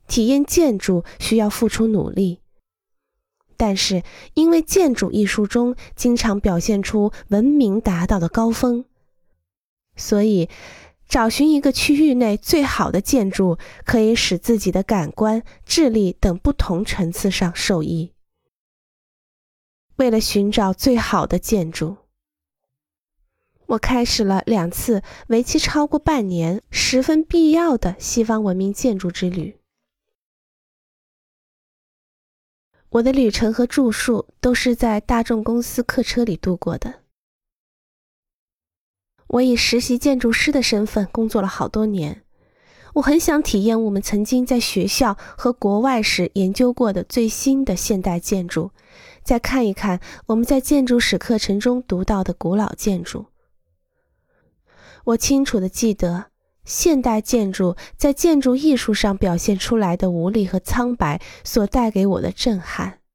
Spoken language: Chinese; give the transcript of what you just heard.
体验建筑需要付出努力。但是因为建筑艺术中经常表现出文明达到的高峰，所以找寻一个区域内最好的建筑，可以使自己的感官、智力等不同层次上受益。为了寻找最好的建筑，我开始了2次为期超过半年、十分必要的西方文明建筑之旅。我的旅程和住宿都是在大众公司客车里度过的。我以实习建筑师的身份工作了好多年，我很想体验我们曾经在学校和国外时研究过的最新的现代建筑，再看一看我们在建筑史课程中读到的古老建筑。我清楚地记得，现代建筑在建筑艺术上表现出来的无力和苍白所带给我的震撼。